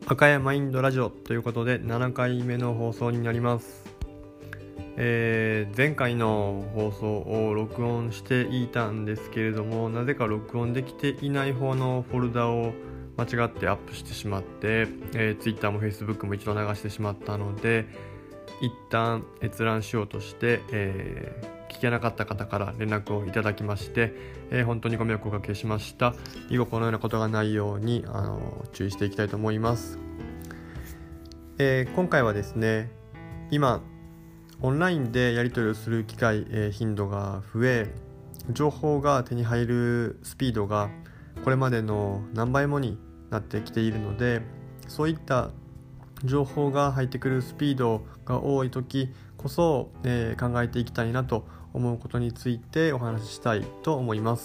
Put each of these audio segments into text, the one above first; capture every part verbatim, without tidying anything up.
赤谷マインドラジオということでななかいめの放送になります。えー、前回の放送を録音していたんですけれども、なぜか録音できていない方のフォルダを間違ってアップしてしまって、えー、Twitter も Facebook も一度流してしまったので、一旦閲覧しようとして、えー聞けなかった方から連絡をいただきまして、えー、本当にご迷惑をおかけしました。以後このようなことがないようにあの注意していきたいと思います。えー、今回はですね、今オンラインでやり取りをする機会、えー、頻度が増え、情報が手に入るスピードがこれまでの何倍もになってきているので、そういった情報が入ってくるスピードが多い時こそ、えー、考えていきたいなと思うことについてお話ししたいと思います。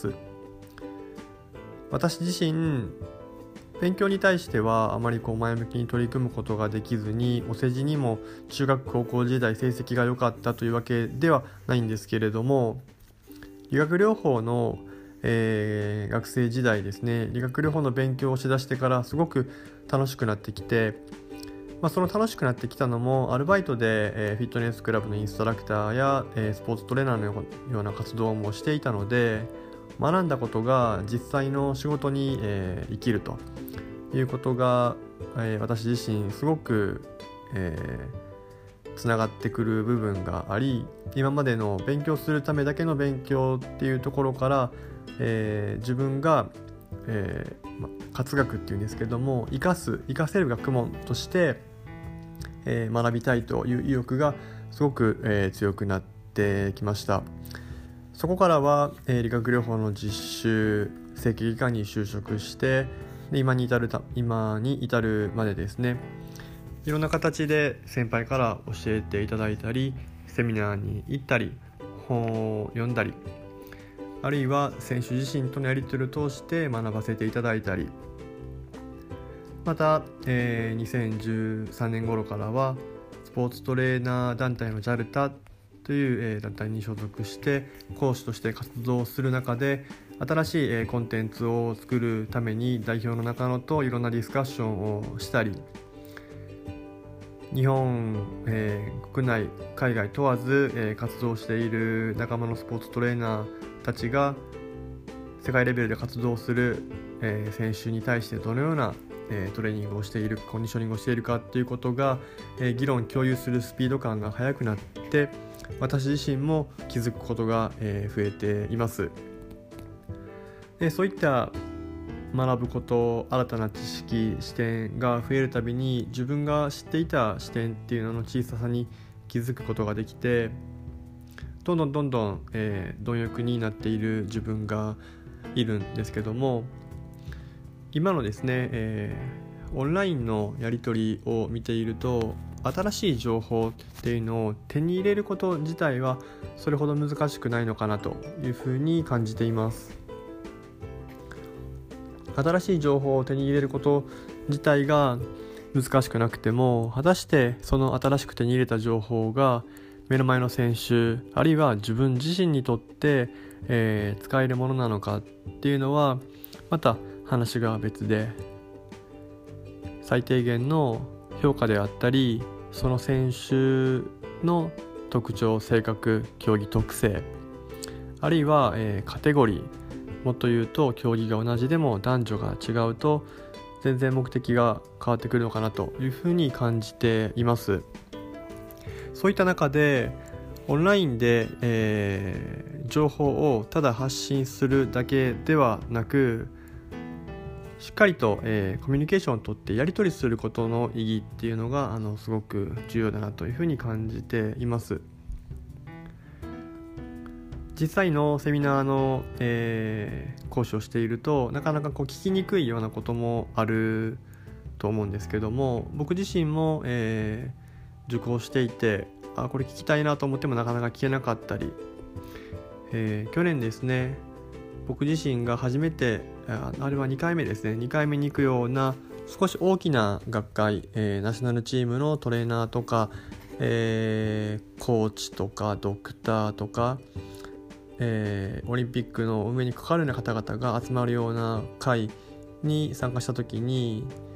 私自身勉強に対してはあまりこう前向きに取り組むことができずに、お世辞にも中学高校時代成績が良かったというわけではないんですけれども、理学療法の、えー、学生時代ですね、理学療法の勉強をしだしてからすごく楽しくなってきて、まあ、その楽しくなってきたのもアルバイトで、えー、フィットネスクラブのインストラクターや、えー、スポーツトレーナーのような活動もしていたので、学んだことが実際の仕事に、えー、生きるということが、えー、私自身すごく、えー、つながってくる部分があり、今までの勉強するためだけの勉強っていうところから、えー、自分が、えーま、活学っていうんですけども、生かす生かせる学問としてえー、学びたいという意欲がすごく、えー、強くなってきました。そこからは、えー、理学療法の実習整形外科に就職して、で 今に至るた今に至るまでですね、いろんな形で先輩から教えていただいたり、セミナーに行ったり、本を読んだり、あるいは選手自身とのやり取りを通して学ばせていただいたり、また、えー、にせんじゅうさんねん頃からはスポーツトレーナー団体の ジャルタ という、えー、団体に所属して講師として活動する中で、新しい、えー、コンテンツを作るために代表の中野といろんなディスカッションをしたり、日本、えー、国内海外問わず、えー、活動している仲間のスポーツトレーナーたちが世界レベルで活動する、えー、選手に対してどのようなトレーニングをしている、コンディショニングをしているかっていうことが、えー、議論共有するスピード感が速くなって、私自身も気づくことが、えー、増えています。でそういった学ぶこと、新たな知識、視点が増えるたびに、自分が知っていた視点っていうのの小ささに気づくことができて、どんどんどんどん、えー、貪欲になっている自分がいるんですけども、今のですね、えー、オンラインのやり取りを見ていると、新しい情報っていうのを手に入れること自体はそれほど難しくないのかなというふうに感じています。新しい情報を手に入れること自体が難しくなくても、果たしてその新しく手に入れた情報が目の前の選手、あるいは自分自身にとって、えー、使えるものなのかっていうのはまた話が別で、最低限の評価であったり、その選手の特徴、性格、競技特性、あるいは、えー、カテゴリー、もっと言うと競技が同じでも男女が違うと全然目的が変わってくるのかなというふうに感じています。そういった中でオンラインで、えー、情報をただ発信するだけではなく、しっかりと、えー、コミュニケーションをとってやり取りすることの意義っていうのがあのすごく重要だなというふうに感じています。実際のセミナーの、えー、講師をしていると、なかなかこう聞きにくいようなこともあると思うんですけども、僕自身も、えー、受講していて、あこれ聞きたいなと思ってもなかなか聞けなかったり、えー、去年ですね、僕自身が初めて、あれはにかいめですね、にかいめに行くような少し大きな学会、えー、ナショナルチームのトレーナーとか、えー、コーチとかドクターとか、えー、オリンピックの運営に関わるような方々が集まるような会に参加した時に、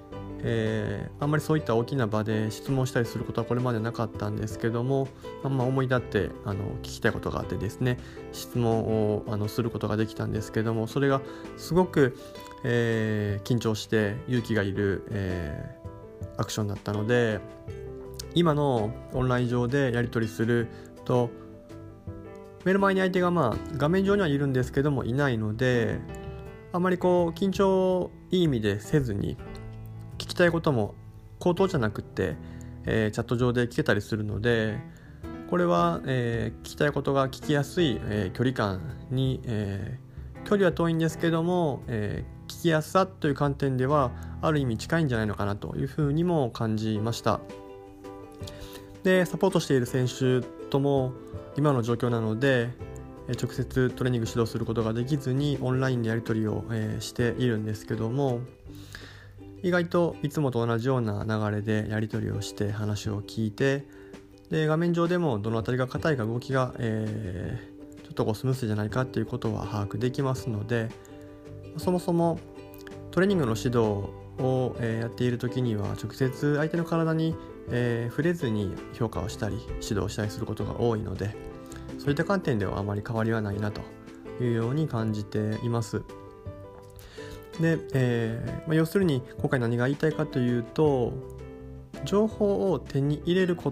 えー、あんまりそういった大きな場で質問したりすることはこれまでなかったんですけども、まあ、思い立ってあの聞きたいことがあってですね、質問をあのすることができたんですけども、それがすごく、えー、緊張して勇気がいる、えー、アクションだったので、今のオンライン上でやり取りすると目の前に相手が、まあ、画面上にはいるんですけどもいないので、あまりこう緊張いい意味でせずに聞きたいことも口頭じゃなくって、えー、チャット上で聞けたりするので、これは、えー、聞きたいことが聞きやすい、えー、距離感に、えー、距離は遠いんですけども、えー、聞きやすさという観点ではある意味近いんじゃないのかなというふうにも感じました。で、サポートしている選手とも今の状況なので、直接トレーニング指導することができずにオンラインでやり取りを、えー、しているんですけども、意外といつもと同じような流れでやり取りをして話を聞いて、で画面上でもどのあたりが硬いか動きが、えー、ちょっとこうスムースじゃないかっていうことは把握できますので、そもそもトレーニングの指導を、えー、やっている時には直接相手の体にえー、触れずに評価をしたり指導したりすることが多いので、そういった観点ではあまり変わりはないなというように感じています。で、えーまあ、要するに今回何が言いたいかというと、情報を手に入れること、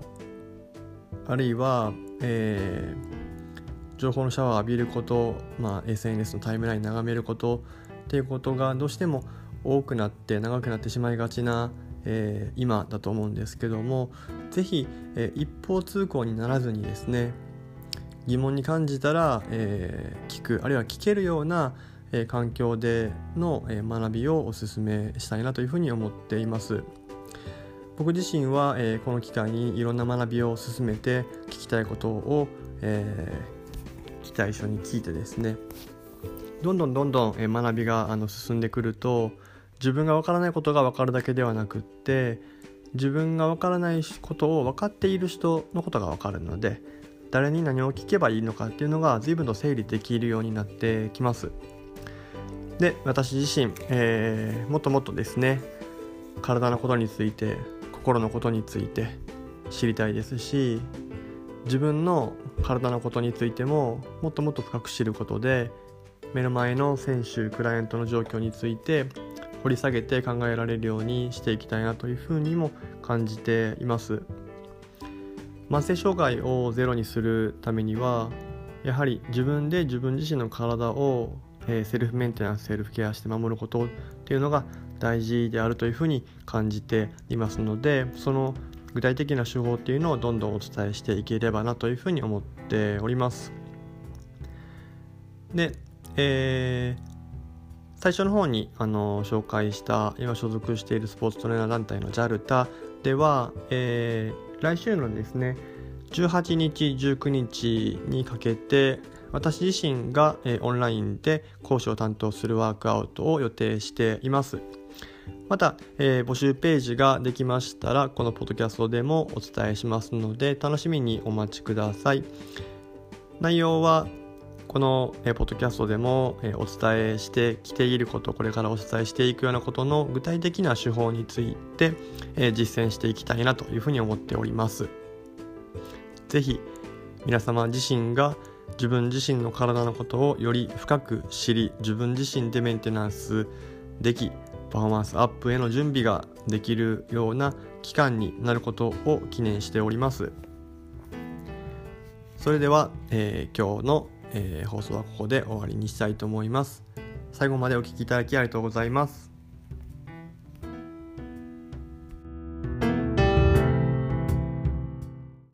あるいは、えー、情報のシャワーを浴びること、まあ、エスエヌエス のタイムライン眺めることっていうことがどうしても多くなって長くなってしまいがちなえー、今だと思うんですけども、ぜひ、えー、一方通行にならずにですね、疑問に感じたら、えー、聞く、あるいは聞けるような、えー、環境での、えー、学びをお勧めしたいなというふうに思っています。僕自身は、えー、この機会にいろんな学びを進めて聞きたいことを、えー、期待書に聞いてですね、どんどんどんどん、えー、学びがあの進んでくると、自分が分からないことが分かるだけではなくって、自分が分からないことを分かっている人のことが分かるので、誰に何を聞けばいいのかっていうのが随分と整理できるようになってきます。で、私自身、えー、もっともっとですね、体のことについて、心のことについて知りたいですし、自分の体のことについてももっともっと深く知ることで、目の前の選手、クライアントの状況について掘り下げて考えられるようにしていきたいなというふうにも感じています。慢性障害をゼロにするためには、やはり自分で自分自身の体を、えー、セルフメンテナンス、セルフケアして守ることっていうのが大事であるというふうに感じていますので、その具体的な手法っていうのをどんどんお伝えしていければなというふうに思っております。で、えー最初の方にあの紹介した今所属しているスポーツトレーナー団体の ジャルタ では、えー、来週のですねじゅうはちにちじゅうくにちにかけて私自身が、えー、オンラインで講師を担当するワークアウトを予定しています。また、えー、募集ページができましたらこのポッドキャストでもお伝えしますので、楽しみにお待ちください。内容はこの、えー、ポッドキャストでも、えー、お伝えしてきていること、これからお伝えしていくようなことの具体的な手法について、えー、実践していきたいなというふうに思っております。ぜひ皆様自身が自分自身の体のことをより深く知り、自分自身でメンテナンスでき、パフォーマンスアップへの準備ができるような期間になることを記念しております。それでは、えー、今日のえー、放送はここで終わりにしたいと思います。最後までお聞きいただきありがとうございます。